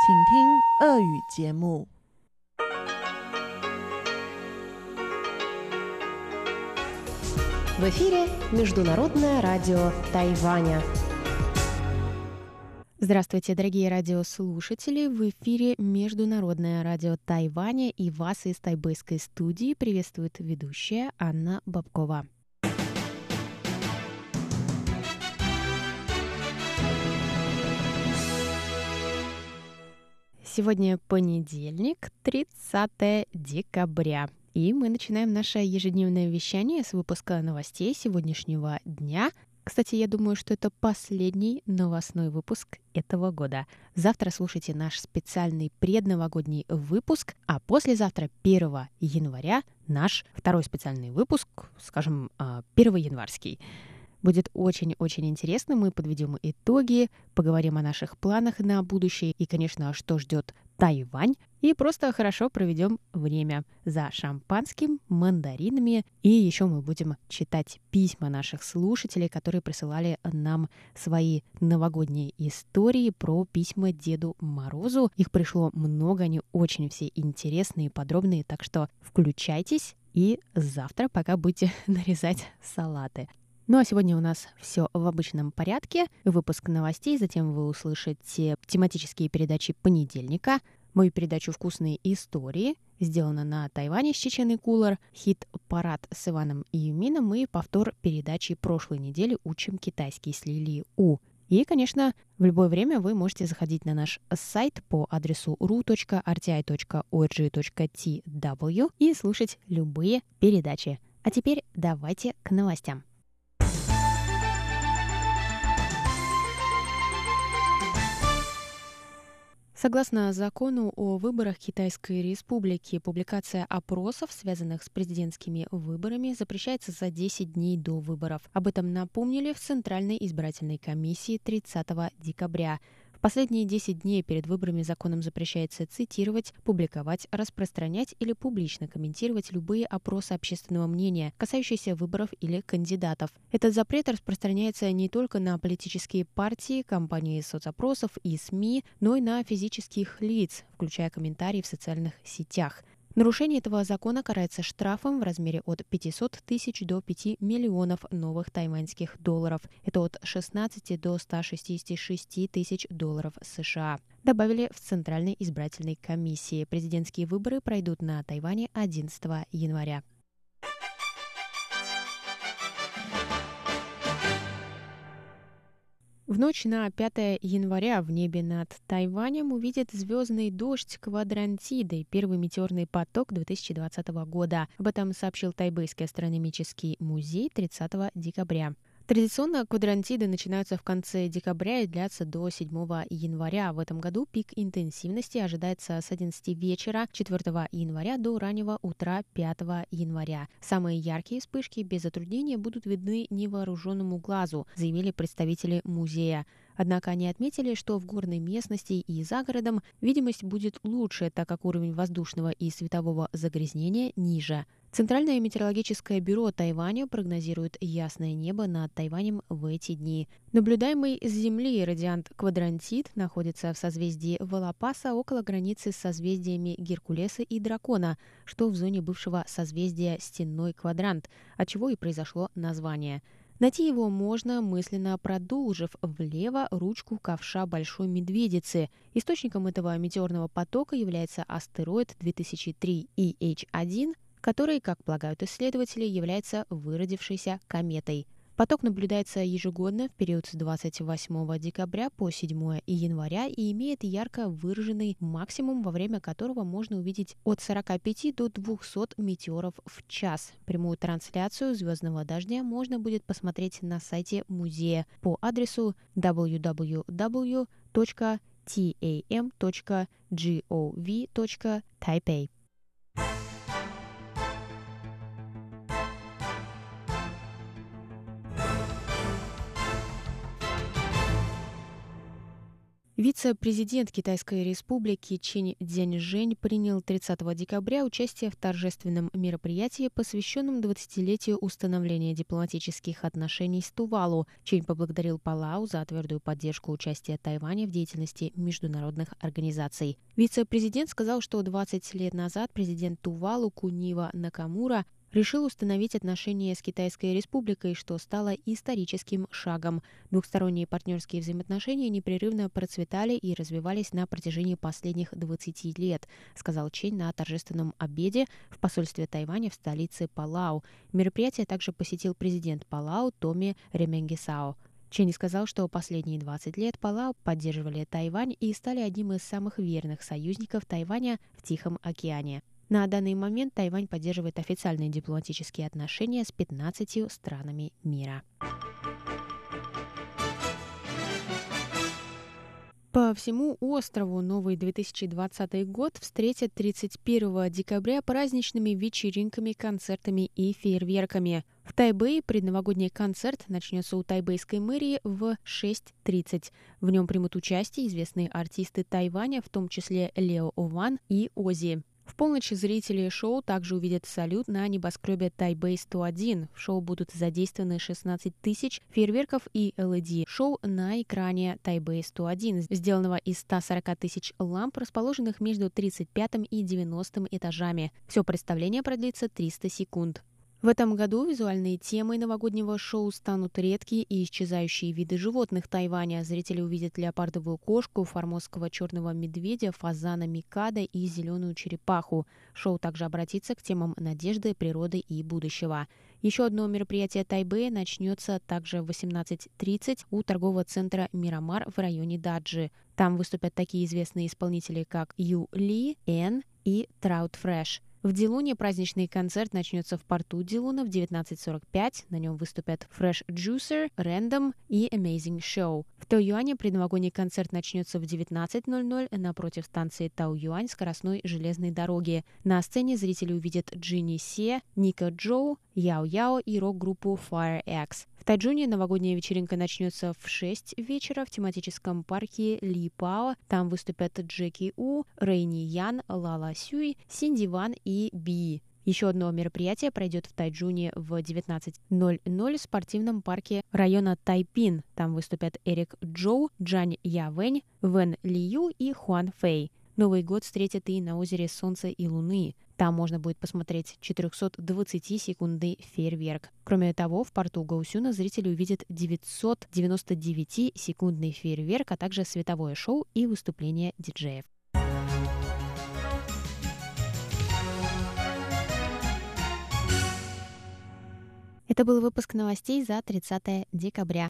请听俄语节目。 В эфире Международное радио Тайваня. Здравствуйте, дорогие радиослушатели! В эфире Международное радио Тайваня, и вас из тайбэйской студии приветствует ведущая Анна Бабкова. Сегодня понедельник, 30 декабря. И мы начинаем наше ежедневное вещание с выпуска новостей сегодняшнего дня. Кстати, я думаю, что это последний новостной выпуск этого года. Завтра слушайте наш специальный предновогодний выпуск, а послезавтра, 1 января, наш второй специальный выпуск, скажем, 1 январский. Будет очень-очень интересно. Мы подведем итоги, поговорим о наших планах на будущее и, конечно, что ждет Тайвань. И просто хорошо проведем время за шампанским, мандаринами. И еще мы будем читать письма наших слушателей, которые присылали нам свои новогодние истории про письма Деду Морозу. Их пришло много, они очень все интересные и подробные. Так что включайтесь и завтра пока будете нарезать салаты. Ну а сегодня у нас все в обычном порядке. Выпуск новостей, затем вы услышите тематические передачи понедельника, мою передачу «Вкусные истории», сделана на Тайване с Чеченой Кулар, хит-парад с Иваном и Юмином и повтор передачи прошлой недели «Учим китайский» с Лилией У. И, конечно, в любое время вы можете заходить на наш сайт по адресу ru.rti.org.tw и слушать любые передачи. А теперь давайте к новостям. Согласно закону о выборах Китайской Республики, публикация опросов, связанных с президентскими выборами, запрещается за 10 дней до выборов. Об этом напомнили в Центральной избирательной комиссии 30 декабря. В последние 10 дней перед выборами законом запрещается цитировать, публиковать, распространять или публично комментировать любые опросы общественного мнения, касающиеся выборов или кандидатов. Этот запрет распространяется не только на политические партии, компании соцопросов и СМИ, но и на физических лиц, включая комментарии в социальных сетях. Нарушение этого закона карается штрафом в размере от 500 тысяч до 5 миллионов новых тайваньских долларов. Это от 16 до 166 тысяч долларов США. Добавили в Центральной избирательной комиссии. Президентские выборы пройдут на Тайване 11 января. В ночь на 5 января в небе над Тайванем увидят звездный дождь Квадрантиды, первый метеорный поток 2020 года. Об этом сообщил Тайбэйский астрономический музей 30 декабря. Традиционно квадрантиды начинаются в конце декабря и длятся до 7 января. В этом году пик интенсивности ожидается с 11 вечера 4 января до раннего утра 5 января. Самые яркие вспышки без затруднения будут видны невооруженному глазу, заявили представители музея. Однако они отметили, что в горной местности и за городом видимость будет лучше, так как уровень воздушного и светового загрязнения ниже. Центральное метеорологическое бюро Тайваня прогнозирует ясное небо над Тайванем в эти дни. Наблюдаемый с Земли радиант Квадрантид находится в созвездии Волопаса около границы с созвездиями Геркулеса и Дракона, что в зоне бывшего созвездия Стенной квадрант, отчего и произошло название. Найти его можно, мысленно продолжив влево ручку ковша Большой Медведицы. Источником этого метеорного потока является астероид 2003 EH1, который, как полагают исследователи, является выродившейся кометой. Поток наблюдается ежегодно в период с 28 декабря по 7 января и имеет ярко выраженный максимум, во время которого можно увидеть от 45 до 200 метеоров в час. Прямую трансляцию звездного дождя можно будет посмотреть на сайте музея по адресу www.tam.gov.taipei. Вице-президент Китайской республики Чин Цзяньжэнь принял 30 декабря участие в торжественном мероприятии, посвященном 20-летию установления дипломатических отношений с Тувалу. Чин поблагодарил Палау за твердую поддержку участия Тайваня в деятельности международных организаций. Вице-президент сказал, что 20 лет назад президент Тувалу Кунива Накамура решил установить отношения с Китайской республикой, что стало историческим шагом. Двухсторонние партнерские взаимоотношения непрерывно процветали и развивались на протяжении последних 20 лет, сказал Чень на торжественном обеде в посольстве Тайваня в столице Палау. Мероприятие также посетил президент Палау Томи Ременгесао. Чень сказал, что последние 20 лет Палау поддерживали Тайвань и стали одним из самых верных союзников Тайваня в Тихом океане. На данный момент Тайвань поддерживает официальные дипломатические отношения с 15 странами мира. По всему острову новый 2020 год встретит 31 декабря праздничными вечеринками, концертами и фейерверками. В Тайбэе предновогодний концерт начнется у тайбэйской мэрии в 6:30. В нем примут участие известные артисты Тайваня, в том числе Лео Ван и Оззи. В полночь зрители шоу также увидят салют на небоскребе Тайбэй-101. В шоу будут задействованы 16 тысяч фейерверков и LED-шоу на экране Тайбэй-101, сделанного из 140 тысяч ламп, расположенных между 35 и 90 этажами. Все представление продлится 300 секунд. В этом году визуальной темой новогоднего шоу станут редкие и исчезающие виды животных Тайваня. Зрители увидят леопардовую кошку, формозского черного медведя, фазана микадо и зеленую черепаху. Шоу также обратится к темам надежды, природы и будущего. Еще одно мероприятие Тайбэя начнется также в 18:30 у торгового центра «Мирамар» в районе Даджи. Там выступят такие известные исполнители, как Ю Ли, Эн и Траут Фрэш. В Дилуне праздничный концерт начнется в порту Дилуна в 19:45. На нем выступят Fresh Juicer, Random и Amazing Show. В Таоюане предновогодний концерт начнется в 19:00 напротив станции Таоюань скоростной железной дороги. На сцене зрители увидят Джинни Се, Ника Джоу, Яо Яо и рок-группу Fire X. В Тайчжуне новогодняя вечеринка начнется в 6 вечера в тематическом парке Ли Пао. Там выступят Джеки У, Рейни Ян, Лала Сюй, Синди Ван и Би. Еще одно мероприятие пройдет в Тайчжуне в 19:00 в спортивном парке района Тайпин. Там выступят Эрик Джоу, Джань Явэнь, Вэн Лию и Хуан Фэй. Новый год встретят и на озере Солнца и Луны. Там можно будет посмотреть 420-секундный фейерверк. Кроме того, в порту Гаосюна зрители увидят 999-секундный фейерверк, а также световое шоу и выступления диджеев. Это был выпуск новостей за 30 декабря.